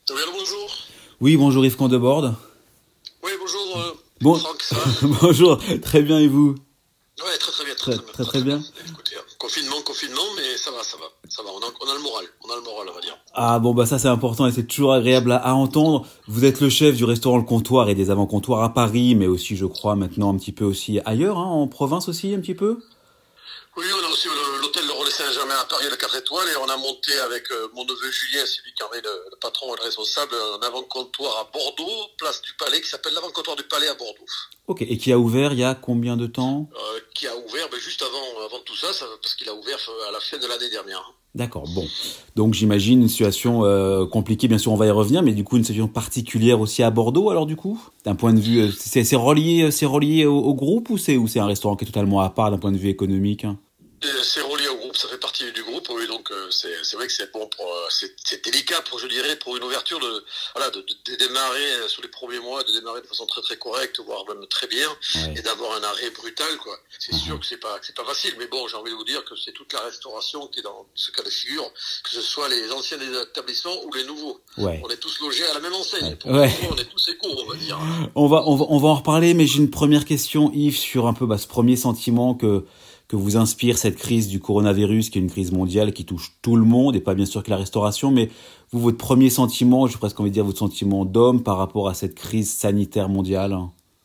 Oui, allô, bonjour. Oui, bonjour Yves Candebord. Oui, bonjour, Bon, Franck, ça va? bonjour, très bien et vous? Ouais, très très bien, très Très très bien, très très très très bien. bien. Écoutez, confinement, mais ça va, on a le moral, on va dire. Ah bon bah ça c'est important et c'est toujours agréable à entendre. Vous êtes le chef du restaurant Le Comptoir et des avant-comptoirs à Paris, mais aussi je crois maintenant un petit peu aussi ailleurs, hein, en province aussi un petit peu. Oui, on a aussi l'hôtel Le Relais Saint-Germain à Paris, le 4 étoiles, et on a monté avec mon neveu Julien, celui qui en est le patron et le responsable, un avant-comptoir à Bordeaux, place du Palais, qui s'appelle l'avant-comptoir du Palais à Bordeaux. Ok, et qui a ouvert il y a combien de temps? Qui a ouvert juste avant tout ça, parce qu'il a ouvert à la fin de l'année dernière. D'accord, bon. Donc j'imagine une situation compliquée, bien sûr on va y revenir, mais du coup une situation particulière aussi à Bordeaux alors du coup? D'un point de vue, c'est relié au groupe ou c'est un restaurant qui est totalement à part d'un point de vue économique, hein? C'est relié au groupe, ça fait partie du groupe, oui, donc c'est vrai que c'est bon c'est délicat je dirais, pour une ouverture de démarrer sous les premiers mois, de démarrer de façon très très correcte, voire même très bien, et Ouais. d'avoir un arrêt brutal, quoi. C'est sûr Mhm. que c'est pas facile, mais bon, j'ai envie de vous dire que c'est toute la restauration qui est dans ce cas de figure, que ce soit les anciens établissements ou les nouveaux. Ouais. On est tous logés à la même enseigne. Ouais. Pour le Ouais. moment, on est tous égaux, on va dire. On va en reparler, mais j'ai une première question, Yves, sur un peu ce premier sentiment que vous inspire cette crise du coronavirus, qui est une crise mondiale qui touche tout le monde, et pas bien sûr que la restauration, mais vous, votre premier sentiment, j'ai presque envie de dire votre sentiment d'homme par rapport à cette crise sanitaire mondiale.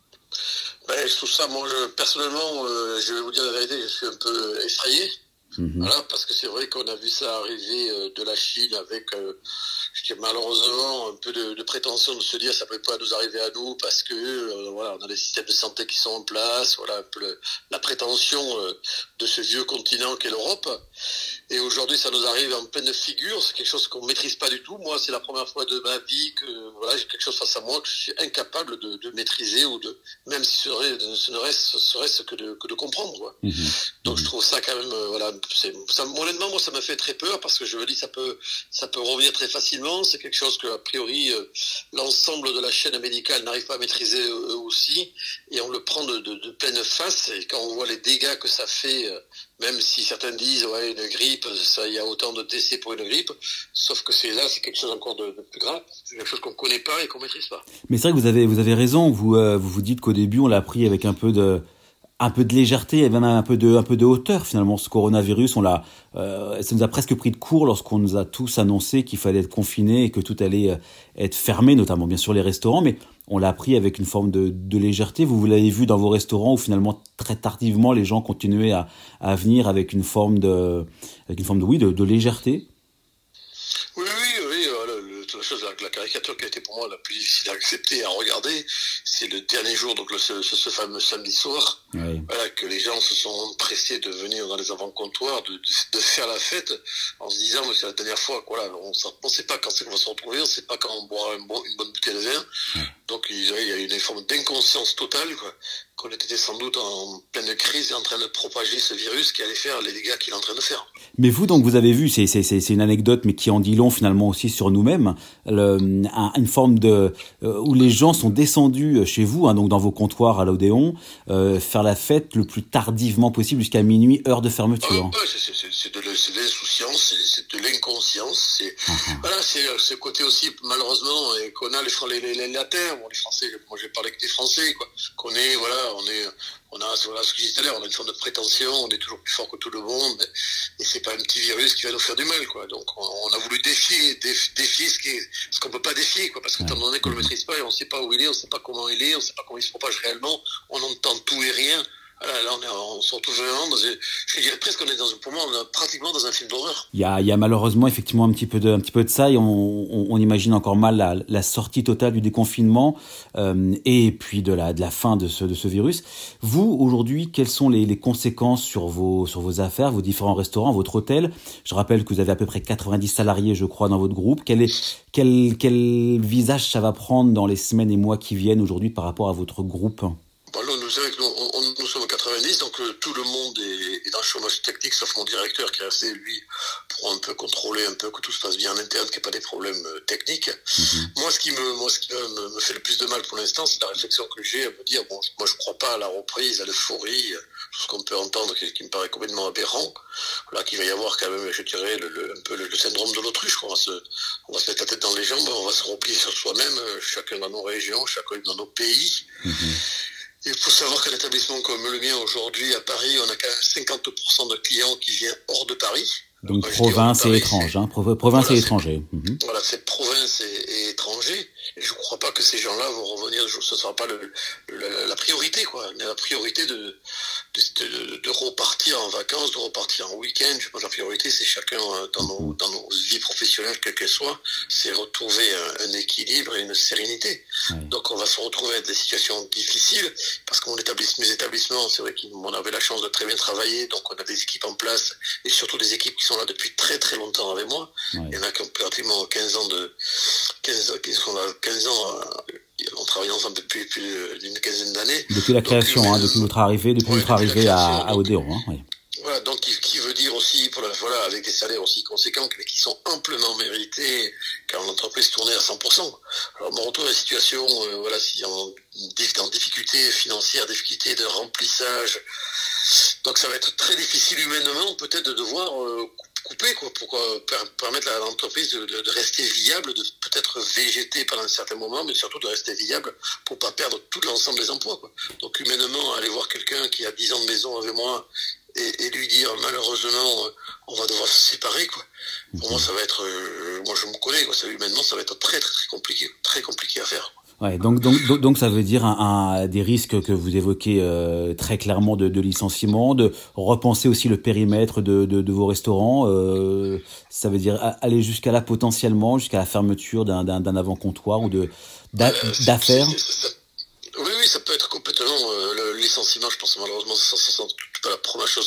Ben, je trouve ça, moi, personnellement, je vais vous dire la vérité, je suis un peu effrayé. Mhm. Voilà, parce que c'est vrai qu'on a vu ça arriver de la Chine avec, je dirais malheureusement, un peu de prétention de se dire ça ne peut pas nous arriver à nous parce que voilà, on a des systèmes de santé qui sont en place, voilà un peu la prétention de ce vieux continent qu'est l'Europe. Et aujourd'hui, ça nous arrive en pleine figure. C'est quelque chose qu'on maîtrise pas du tout. Moi, c'est la première fois de ma vie que voilà, j'ai quelque chose face à moi que je suis incapable de maîtriser ou de même si serait-ce que de comprendre, quoi. Mhm. Donc je Mhm. trouve ça quand même, voilà, honnêtement, moi ça m'a fait très peur parce que je me dis ça peut revenir très facilement. C'est quelque chose que a priori l'ensemble de la chaîne médicale n'arrive pas à maîtriser eux aussi, et on le prend de pleine face. Et quand on voit les dégâts que ça fait, même si certains disent ouais une grippe, ça il y a autant de décès pour une grippe, sauf que c'est quelque chose encore de plus grave. C'est quelque chose qu'on connaît pas et qu'on maîtrise pas. Mais c'est vrai que vous avez raison. Vous vous dites qu'au début, on l'a pris avec un peu de légèreté et même un peu de hauteur finalement. Ce coronavirus, ça nous a presque pris de court lorsqu'on nous a tous annoncé qu'il fallait être confinés et que tout allait être fermé, notamment bien sûr les restaurants. Mais on l'a pris avec une forme de légèreté. Vous l'avez vu dans vos restaurants où finalement très tardivement les gens continuaient à venir avec une forme de oui de légèreté. Oui, la chose, la caricature qui a été pour moi la plus difficile à accepter et à regarder, c'est le dernier jour, donc ce fameux samedi soir, Oui. voilà, que les gens se sont empressés de venir dans les avant-comptoirs, de faire la fête, en se disant, mais c'est la dernière fois, quoi, voilà, on sait pas quand c'est qu'on va se retrouver, on sait pas quand on boira une bonne bouteille de vin, donc il y a une forme d'inconscience totale, quoi, qu'on était sans doute en pleine crise et en train de propager ce virus qui allait faire les dégâts qu'il est en train de faire. Mais vous, donc, vous avez vu, c'est une anecdote, mais qui en dit long finalement aussi sur nous-mêmes, une forme où les gens sont descendus chez vous, hein, donc dans vos comptoirs à l'Odéon, faire la fête le plus tardivement possible jusqu'à minuit, heure de fermeture. Ouais, c'est de l'insouciance, c'est de l'inconscience, voilà, c'est ce côté aussi malheureusement qu'on a les latins, bon, les Français, moi j'ai parlé avec des Français, quoi, qu'on est, voilà, on a, voilà ce que je disais tout à l'heure, on a une forme de prétention, on est toujours plus fort que tout le monde, et c'est pas un petit virus qui va nous faire du mal, quoi. Donc on a voulu défier ce qu'on peut pas défier, quoi, parce que étant donné qu'on le maîtrise pas et on sait pas où il est, on sait pas comment il est, on sait pas comment il se propage réellement, on entend tout et rien. Là, on se retrouve vraiment je dirais presque qu'on est pour moi, on est pratiquement dans un film d'horreur. Il y a malheureusement effectivement un petit peu de ça et on imagine encore mal la sortie totale du déconfinement et puis de la fin de ce virus. Vous, aujourd'hui, quelles sont les conséquences sur vos affaires, vos différents restaurants, votre hôtel? Je rappelle que vous avez à peu près 90 salariés, je crois, dans votre groupe. Quel visage ça va prendre dans les semaines et mois qui viennent aujourd'hui par rapport à votre groupe? Bon, là, nous sommes 90, donc tout le monde est dans le chômage technique, sauf mon directeur qui est resté, lui, pour un peu contrôler un peu que tout se passe bien en interne, qu'il n'y ait pas des problèmes techniques. Mhm. Moi, ce qui me fait le plus de mal pour l'instant, c'est la réflexion que j'ai à me dire, bon, moi, je crois pas à la reprise, à l'euphorie, tout ce qu'on peut entendre qui me paraît complètement aberrant. Là, qu'il va y avoir quand même, je dirais, un peu le syndrome de l'autruche, quoi. On va se mettre la tête dans dans les jambes, on va se replier sur soi-même, chacun dans nos régions, chacun dans nos pays. Il faut savoir qu'un établissement comme le mien aujourd'hui à Paris, on a quand même 50% de clients qui viennent hors de Paris. Donc province et étrange, province et étranger. Voilà, c'est province et étranger. Et je ne crois pas que ces gens-là vont revenir. Ce ne sera pas la priorité, quoi. La priorité de repartir en vacances, de repartir en week-end. Je pense que la priorité, c'est chacun dans nos vies professionnelles, quelles qu'elles soient, c'est retrouver un équilibre et une sérénité. Ouais. Donc on va se retrouver avec des situations difficiles parce que mes établissements, c'est vrai qu'on avait la chance de très bien travailler. Donc on a des équipes en place et surtout des équipes qui sont là depuis très très longtemps avec moi. Ouais. Il y en a qui ont pratiquement 15 ans, on travaille ensemble depuis plus d'une quinzaine d'années. Depuis la création, depuis votre arrivée, à Odéon. Oui. Voilà, donc qui veut dire aussi, avec des salaires aussi conséquents, mais qui sont amplement mérités, car l'entreprise tournait à 100%. Alors, on retrouve la situation, si en difficulté financière, difficulté de remplissage. Donc ça va être très difficile humainement, peut-être, de devoir couper, quoi, pour permettre à l'entreprise de rester viable, de peut-être végéter pendant un certain moment, mais surtout de rester viable pour pas perdre tout l'ensemble des emplois, quoi. Donc humainement, aller voir quelqu'un qui a 10 ans de maison avec moi et lui dire malheureusement on va devoir se séparer, quoi. Pour moi ça va être, moi je me connais, quoi, ça humainement ça va être très très compliqué à faire. Ouais, donc ça veut dire des risques que vous évoquez très clairement de licenciement, de repenser aussi le périmètre de vos restaurants. Ça veut dire aller jusqu'à la fermeture d'un avant-comptoir ou d'affaires. Oui, ça peut être complètement le licenciement. Je pense malheureusement c'est sans doute la première chose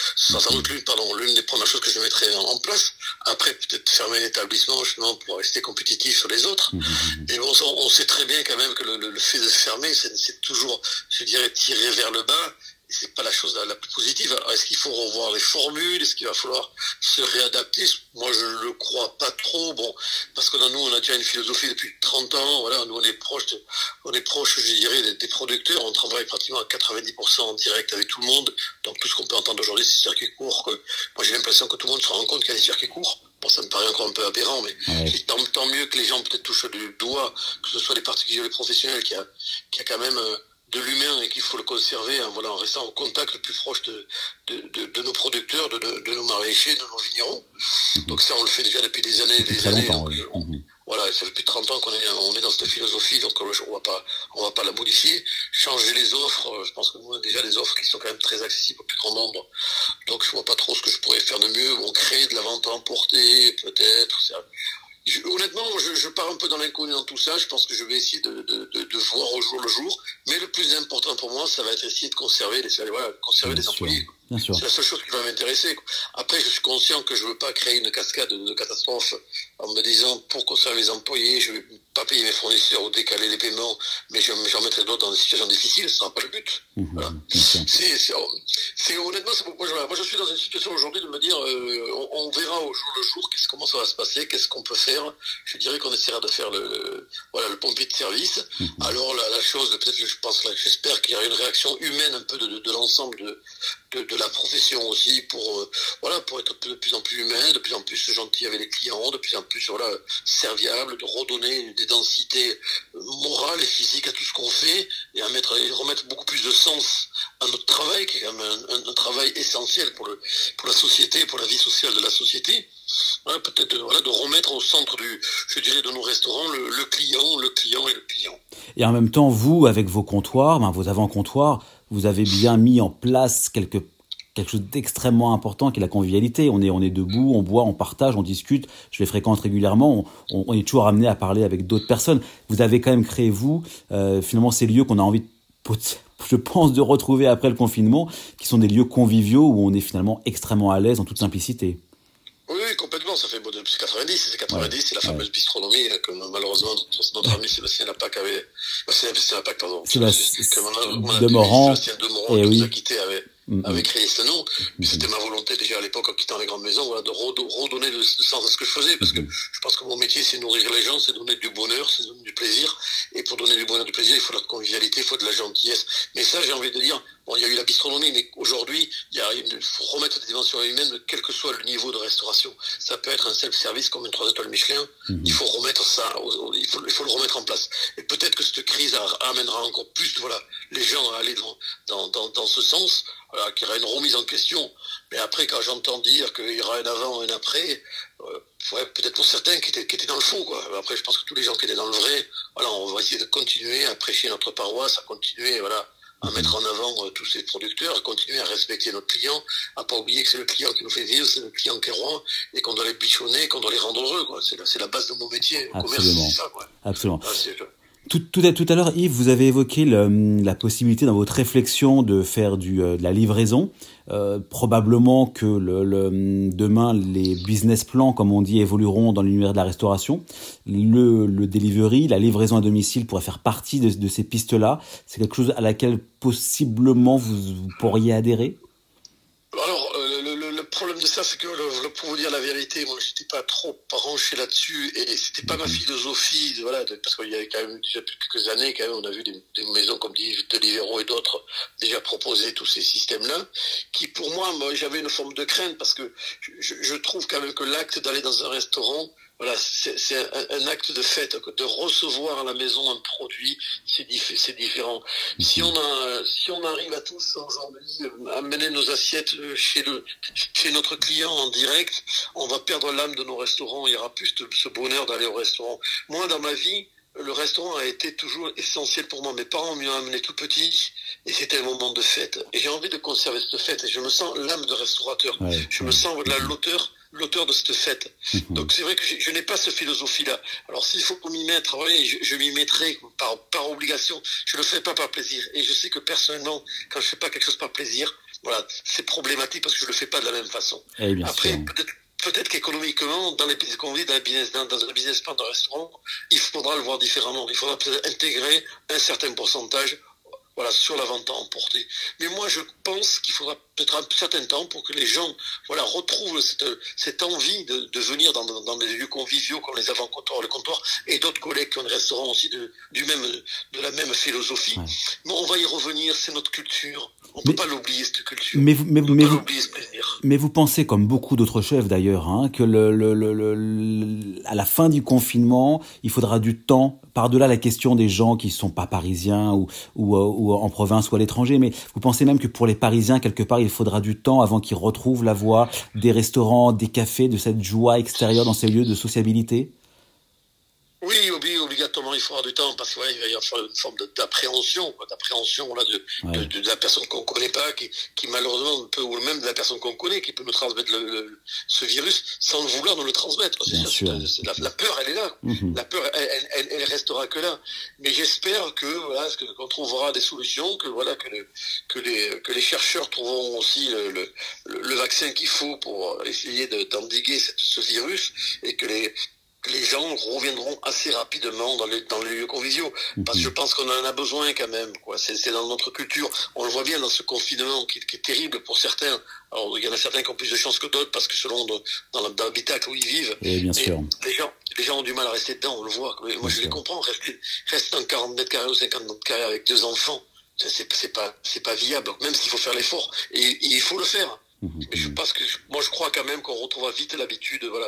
l'une des premières choses que je mettrai en place. Après peut-être fermer l'établissement justement pour rester compétitif sur les autres. Mais bon, on sait très bien quand même que le fait de fermer, c'est toujours, je dirais, tirer vers le bas. Et c'est pas la chose la plus positive. Alors, est-ce qu'il faut revoir les formules? Est-ce qu'il va falloir se réadapter? Moi, je le crois pas trop. Bon, parce que nous, on a déjà une philosophie depuis 30 ans. Voilà, nous, on est proche, je dirais, des producteurs. On travaille pratiquement à 90% en direct avec tout le monde. Donc, tout ce qu'on peut entendre aujourd'hui, c'est circuit court. Moi, j'ai l'impression que tout le monde se rend compte qu'il y a des circuits courts. Bon, ça me paraît encore un peu aberrant, mais tant mieux que les gens peut-être touchent du doigt, que ce soit les particuliers ou les professionnels, qui a quand même de l'humain et qu'il faut le conserver en restant en contact le plus proche de nos producteurs, de nos maraîchers, de nos vignerons. Donc ça, on le fait déjà depuis des années. Donc, voilà, ça fait plus de 30 ans qu'on est dans cette philosophie, donc on va pas la modifier. Changer les offres, je pense que nous, on a déjà des offres qui sont quand même très accessibles au plus grand nombre. Donc je vois pas trop ce que je pourrais faire de mieux. On crée de la vente à emporter, peut-être. Honnêtement, je pars un peu dans l'inconnu dans tout ça. Je pense que je vais essayer de voir au jour le jour. Mais le plus important pour moi, ça va être essayer de conserver les employés. C'est la seule chose qui va m'intéresser, quoi. Après, je suis conscient que je veux pas créer une cascade de catastrophes en me disant pour conserver les employés, je vais pas payer mes fournisseurs ou décaler les paiements, mais j'en mettrai d'autres dans des situations difficiles. Ce sera pas le but. Voilà. C'est honnêtement, moi je suis dans une situation aujourd'hui de me dire, on verra au jour le jour comment ça va se passer, qu'est-ce qu'on peut faire. Je dirais qu'on essaiera de faire le pompier de service. Alors la chose, peut-être, j'espère qu'il y aura une réaction humaine un peu de l'ensemble de la profession aussi pour être de plus en plus humain, de plus en plus gentil avec les clients, de plus en plus serviable, de redonner des densités morales et physiques à tout ce qu'on fait et remettre beaucoup plus de sens à notre travail, qui est quand même un travail essentiel pour la société, pour la vie sociale de la société. Voilà, peut-être de remettre au centre de nos restaurants le client et le client. Et en même temps, vous, avec vos comptoirs, vos avant-comptoirs, vous avez bien mis en place quelque chose d'extrêmement important qui est la convivialité. On est debout, on boit, on partage, on discute. Je les fréquente régulièrement. On est toujours amené à parler avec d'autres personnes. Vous avez quand même créé, finalement, ces lieux qu'on a envie, je pense, de retrouver après le confinement, qui sont des lieux conviviaux où on est finalement extrêmement à l'aise en toute simplicité. Oui, complètement. Ça fait depuis 90. C'est la fameuse bistronomie que malheureusement notre ami Sébastien Lapac avait. Sébastien Lapac, pardon. Sébastien Demorand. Sébastien Demorand qui nous a quittés avait créé ce nom. Mais c'était ma volonté déjà à l'époque en quittant les grandes maisons, voilà, de redonner le sens à ce que je faisais, parce que je pense que mon métier c'est nourrir les gens, c'est donner du bonheur, c'est donner du plaisir, et pour donner du bonheur, du plaisir, il faut de la convivialité, il faut de la gentillesse. Mais ça, j'ai envie de dire, bon, il y a eu la bistronomie, mais aujourd'hui, il faut remettre des dimensions humaines, quel que soit le niveau de restauration. Ça peut être un self-service comme une 3 étoiles Michelin. Il faut remettre ça, il faut le remettre en place. Et peut-être que cette crise amènera encore plus, voilà, les gens à aller dans ce sens, voilà, qu'il y aura une remise en question. Mais après, quand j'entends dire qu'il y aura un avant et un après, ouais, peut-être pour certains qui étaient dans le faux, quoi. Après, je pense que tous les gens qui étaient dans le vrai, voilà, on va essayer de continuer à prêcher notre paroisse, à continuer, voilà, à mettre en avant tous ces producteurs, à continuer à respecter notre client, à pas oublier que c'est le client qui nous fait vivre, c'est le client qui est roi, et qu'on doit les bichonner, qu'on doit les rendre heureux, quoi. C'est la base de mon métier. Le commerce, c'est ça, quoi. Absolument. Tout à l'heure, Yves, vous avez évoqué la possibilité dans votre réflexion de faire de la livraison. Probablement que demain, les business plans, comme on dit, évolueront dans l'univers de la restauration. Le delivery, la livraison à domicile pourrait faire partie de ces pistes-là. C'est quelque chose à laquelle possiblement vous pourriez adhérer ? Alors, le problème de ça, c'est que, pour vous dire la vérité, moi, j'étais pas trop branché là-dessus, et c'était pas ma philosophie, voilà, parce qu'il y avait quand même déjà quelques années, quand même, on a vu des maisons comme Deliveroo et d'autres déjà proposer tous ces systèmes-là, qui pour moi, j'avais une forme de crainte, parce que je trouve quand même que l'acte d'aller dans un restaurant, voilà, c'est un acte de fête, de recevoir à la maison un produit, c'est différent. Si on arrive à tous aujourd'hui à mener nos assiettes chez notre client en direct, on va perdre l'âme de nos restaurants. Il y aura plus ce bonheur d'aller au restaurant. Moi, dans ma vie, le restaurant a été toujours essentiel pour moi. Mes parents m'y ont amené tout petit, et c'était un moment de fête. Et j'ai envie de conserver cette fête, et je me sens l'âme de restaurateur. Ouais, je me sens l'auteur de cette fête. Donc c'est vrai que je n'ai pas cette philosophie-là. Alors s'il faut m'y mettre, ouais, je m'y mettrai par obligation. Je le fais pas par plaisir. Et je sais que personnellement, quand je fais pas quelque chose par plaisir, voilà, c'est problématique parce que je le fais pas de la même façon. Après, peut-être qu'économiquement, dans un business plan de restaurant, il faudra le voir différemment. Il faudra peut-être intégrer un certain pourcentage, voilà, sur la vente à emporter. Mais moi, je pense qu'il faudra peut-être un certain temps pour que les gens, voilà, retrouvent cette envie de venir dans des lieux conviviaux comme les avant-comptoirs, le comptoir, et d'autres collègues qui ont des restaurants aussi de la même philosophie. Ouais. Mais on va y revenir, c'est notre culture. On peut pas l'oublier, cette culture. Mais vous pensez, comme beaucoup d'autres chefs d'ailleurs, hein, que à la fin du confinement, il faudra du temps, par-delà la question des gens qui sont pas parisiens ou en province ou à l'étranger, mais vous pensez même que pour les Parisiens, quelque part, il faudra du temps avant qu'ils retrouvent la voie des restaurants, des cafés, de cette joie extérieure dans ces lieux de sociabilité ? Oui, obligatoirement, il faudra du temps, parce qu'il va y avoir une forme d'appréhension là, de la personne qu'on connaît pas, qui malheureusement peut, ou même de la personne qu'on connaît, qui peut nous transmettre ce virus sans le vouloir nous le transmettre. La peur, elle est là. La peur, elle restera que là. Mais j'espère qu'on trouvera des solutions, que les chercheurs trouveront aussi le vaccin qu'il faut pour essayer d'endiguer ce virus, et que les gens reviendront assez rapidement dans les lieux conviviaux, parce que je pense qu'on en a besoin quand même, quoi. C'est dans notre culture. On le voit bien dans ce confinement qui est terrible pour certains. Alors il y en a certains qui ont plus de chance que d'autres, parce que selon dans l'habitacle où ils vivent. Et bien sûr. Les gens ont du mal à rester dedans, on le voit. Moi je les comprends. Rester dans 40 mètres carrés ou 50 mètres carrés avec 2 enfants, c'est pas viable. Donc, même s'il faut faire l'effort, et il faut le faire. Mais je pense que moi je crois quand même qu'on retrouvera vite l'habitude de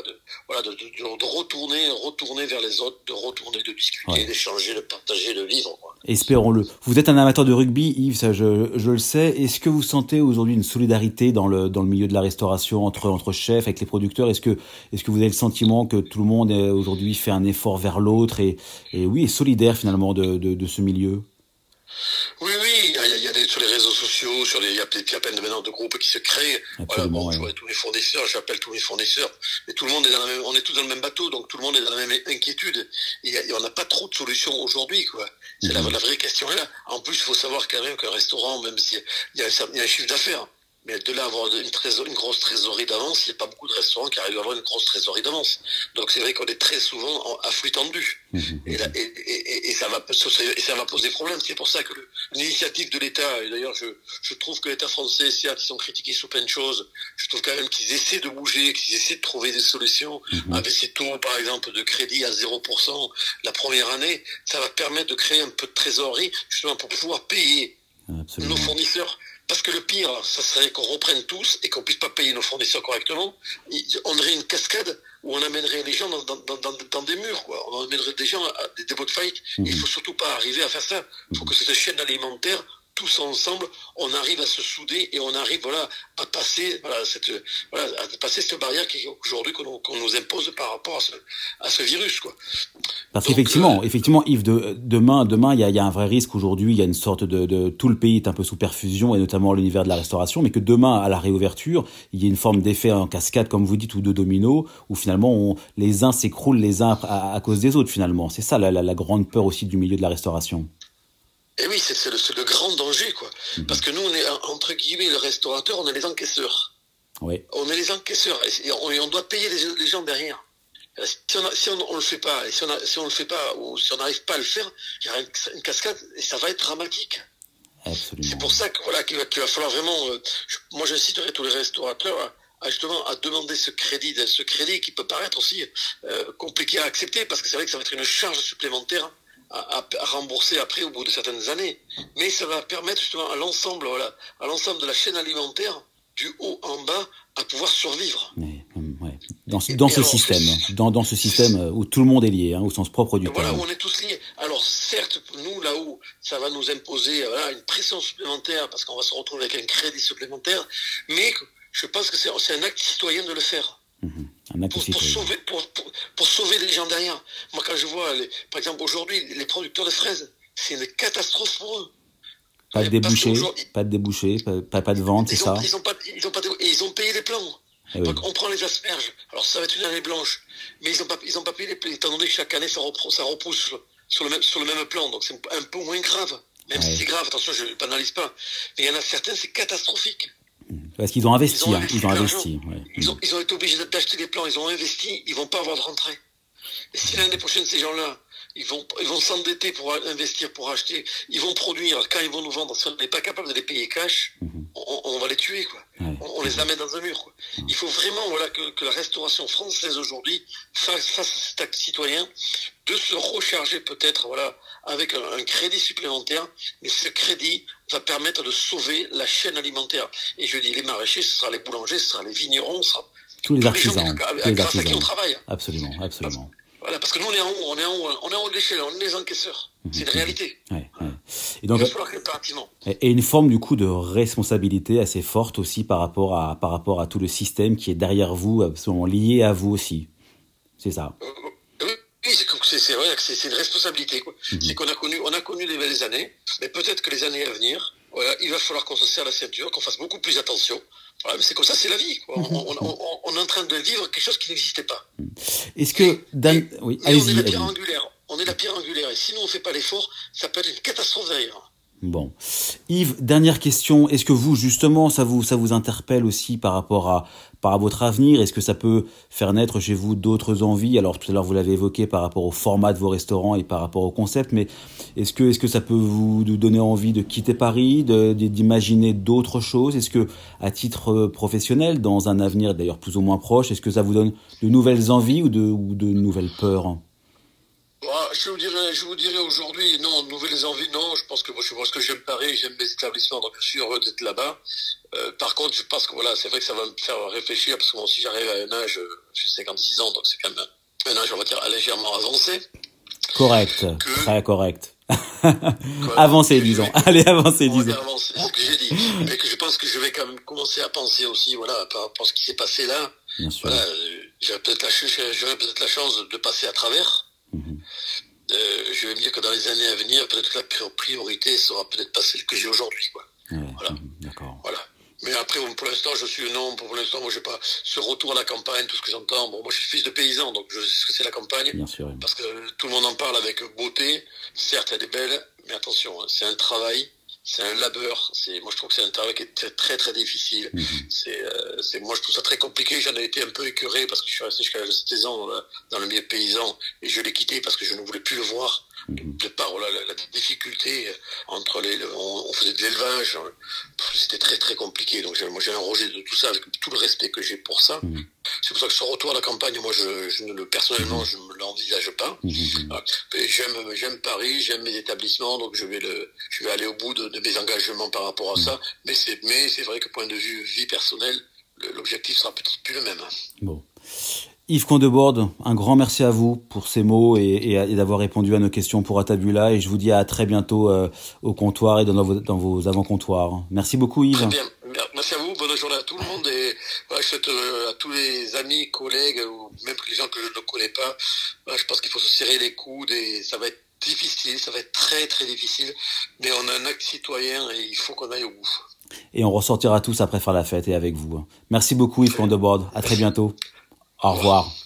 retourner vers les autres, de discuter, d'échanger, de partager, de vivre, quoi. Espérons-le. Vous êtes un amateur de rugby, Yves, ça je le sais. Est-ce que vous sentez aujourd'hui une solidarité dans le milieu de la restauration entre chefs, avec les producteurs ? Est-ce que vous avez le sentiment que tout le monde aujourd'hui fait un effort vers l'autre et est solidaire finalement de ce milieu ? Oui, il y a sur les réseaux sociaux, il y a plein de maintenant de groupes qui se créent. Voilà, je vois tous mes fournisseurs, j'appelle tous mes fournisseurs, mais tout le monde on est tous dans le même bateau, donc tout le monde est dans la même inquiétude. Et on n'a pas trop de solutions aujourd'hui, quoi. C'est la vraie question est là. En plus, il faut savoir quand même qu'un restaurant, même s'il y a un chiffre d'affaires, Mais de là avoir une grosse trésorerie d'avance, il n'y a pas beaucoup de restaurants qui arrivent à avoir une grosse trésorerie d'avance. Donc c'est vrai qu'on est très souvent à flux tendu. Et, là, et ça va poser problème. C'est pour ça que l'initiative de l'État, et d'ailleurs je trouve que l'État français, certes, ils sont critiqués sur plein de choses, je trouve quand même qu'ils essaient de bouger, qu'ils essaient de trouver des solutions. Avec ces taux, par exemple, de crédit à 0% la première année, ça va permettre de créer un peu de trésorerie, justement pour pouvoir payer nos fournisseurs. Parce que le pire, ça serait qu'on reprenne tous et qu'on puisse pas payer nos fournisseurs correctement. On aurait une cascade où on amènerait les gens dans des murs, quoi. On amènerait des gens à des dépôts de faillite. Et il faut surtout pas arriver à faire ça. Il faut que cette chaîne alimentaire, tous ensemble, on arrive à se souder et on arrive, à passer, à passer cette barrière aujourd'hui qu'on nous impose par rapport à ce virus, quoi. Parce qu'effectivement, Yves, demain, il y a un vrai risque aujourd'hui. Il y a une sorte de tout le pays est un peu sous perfusion et notamment l'univers de la restauration, mais que demain, à la réouverture, il y a une forme d'effet en cascade, comme vous dites, ou de domino, où finalement les uns s'écroulent les uns à cause des autres. Finalement, c'est ça la grande peur aussi du milieu de la restauration. Et oui, c'est le grand danger, quoi. Parce que nous, on est, entre guillemets, le restaurateur, on est les encaisseurs. Oui. On est les encaisseurs et on doit payer les gens derrière. Si on le fait pas, et si on le fait pas, ou si on n'arrive pas à le faire, il y aura une cascade et ça va être dramatique. Absolument. C'est pour ça que, qu'il va falloir vraiment, moi j'inciterai tous les restaurateurs à demander ce crédit qui peut paraître aussi compliqué à accepter, parce que c'est vrai que ça va être une charge supplémentaire à rembourser après au bout de certaines années, mais ça va permettre justement à l'ensemble de la chaîne alimentaire, du haut en bas, à pouvoir survivre. Ouais. Dans ce système où tout le monde est lié, au sens propre du terme. Voilà, où on est tous liés. Alors certes, nous là-haut, ça va nous imposer une pression supplémentaire parce qu'on va se retrouver avec un crédit supplémentaire, mais je pense que c'est un acte citoyen de le faire. Pour sauver les gens derrière. Moi, quand je vois, par exemple, aujourd'hui, les producteurs de fraises, c'est une catastrophe pour eux. Pas de débouchés, pas de vente, c'est ça. Ils ont payé les plans. Donc on prend les asperges. Alors ça va être une année blanche, mais ils ont pas payé les plans, étant donné que chaque année ça repousse sur le même plan. Donc c'est un peu moins grave. Même si c'est grave, attention, je ne banalise pas. Mais il y en a certains, c'est catastrophique. Parce qu'ils ont investi, Ils ont été obligés d'acheter les plans, ils ont investi, ils vont pas avoir de rentrée. Et si l'année prochaine, ces gens-là, ils vont s'endetter pour investir, pour acheter, ils vont produire, quand ils vont nous vendre, si on n'est pas capable de les payer cash, on va les tuer, quoi. On les amène dans un mur, quoi. Il faut vraiment, que la restauration française aujourd'hui fasse cet acte citoyen de se recharger peut-être, avec un crédit supplémentaire, mais ce crédit va permettre de sauver la chaîne alimentaire. Et je dis, les maraîchers, ce sera les boulangers, ce sera les vignerons, ce sera tous les artisans, grâce à qui on travaille. Absolument. Voilà, parce que nous, on est en haut de l'échelle, on est les encaisseurs. C'est une réalité. Et donc, il va falloir que impérativement. Et une forme, du coup, de responsabilité assez forte aussi par rapport à tout le système qui est derrière vous, absolument lié à vous aussi. C'est ça. Oui, c'est vrai que c'est une responsabilité, quoi. C'est qu'on a connu les belles années, mais peut-être que les années à venir, il va falloir qu'on se serre la ceinture, qu'on fasse beaucoup plus attention. Voilà, mais c'est comme ça, c'est la vie, quoi. On est en train de vivre quelque chose qui n'existait pas. Est-ce que on est la pierre angulaire. On est la pierre angulaire. Et si nous on fait pas l'effort, ça peut être une catastrophe derrière. Bon, Yves, dernière question. Est-ce que vous, justement, ça vous interpelle aussi par rapport à votre avenir? Est-ce que ça peut faire naître chez vous d'autres envies? Alors, tout à l'heure, vous l'avez évoqué par rapport au format de vos restaurants et par rapport au concept, mais est-ce que ça peut vous donner envie de quitter Paris, d'imaginer d'autres choses? Est-ce que, à titre professionnel, dans un avenir d'ailleurs plus ou moins proche, est-ce que ça vous donne de nouvelles envies ou de nouvelles peurs? Je vous dirais aujourd'hui, non, nouvelles envies, non. Je pense que j'aime Paris, j'aime mes établissements, donc je suis heureux d'être là-bas. Par contre, je pense que c'est vrai que ça va me faire réfléchir, parce que moi aussi j'arrive à un âge, j'ai 56 ans, donc c'est quand même un âge, on va dire, légèrement avancé. Correct, très correct. Avancez, disons. Allez, avancez, disons. C'est ce que j'ai dit. Mais que je pense que je vais quand même commencer à penser aussi, par rapport à ce qui s'est passé là. Bien sûr. J'aurais peut-être la chance de passer à travers. Je vais me dire que dans les années à venir, peut-être que la priorité sera peut-être pas celle que j'ai aujourd'hui, quoi. Voilà. D'accord. Voilà. Mais après, pour l'instant, moi, j'ai pas ce retour à la campagne, tout ce que j'entends. Bon, moi, je suis fils de paysan, donc je sais ce que c'est la campagne. Bien sûr. Parce que tout le monde en parle avec beauté. Certes, elle est belle, mais attention, c'est un travail. c'est un labeur. Moi je trouve que c'est un travail qui est très très, très difficile. Moi je trouve ça très compliqué. J'en ai été un peu écœuré parce que je suis resté jusqu'à 16 ans dans le milieu paysan et je l'ai quitté parce que je ne voulais plus le voir. De par la difficulté entre on faisait de l'élevage, c'était très très compliqué. Donc moi j'ai un rejet de tout ça avec tout le respect que j'ai pour ça. C'est pour ça que ce retour à la campagne, moi personnellement je ne l'envisage pas. Voilà. J'aime Paris, j'aime mes établissements, donc je vais aller au bout de mes engagements par rapport à ça. Mais c'est vrai que point de vue vie personnelle, l'objectif sera peut-être plus le même. Bon. Yves Condebord, un grand merci à vous pour ces mots et d'avoir répondu à nos questions pour Atabula. Et je vous dis à très bientôt au comptoir et dans vos avant-comptoirs. Merci beaucoup, Yves. Très bien. Merci à vous. Bonne journée à tout le monde. Et je souhaite à tous les amis, collègues, ou même les gens que je ne connais pas, je pense qu'il faut se serrer les coudes et ça va être difficile. Ça va être très, très difficile. Mais on a un acte citoyen et il faut qu'on aille au bout. Et on ressortira tous après faire la fête et avec vous. Merci beaucoup, Yves Condebord. À très bientôt. Au revoir.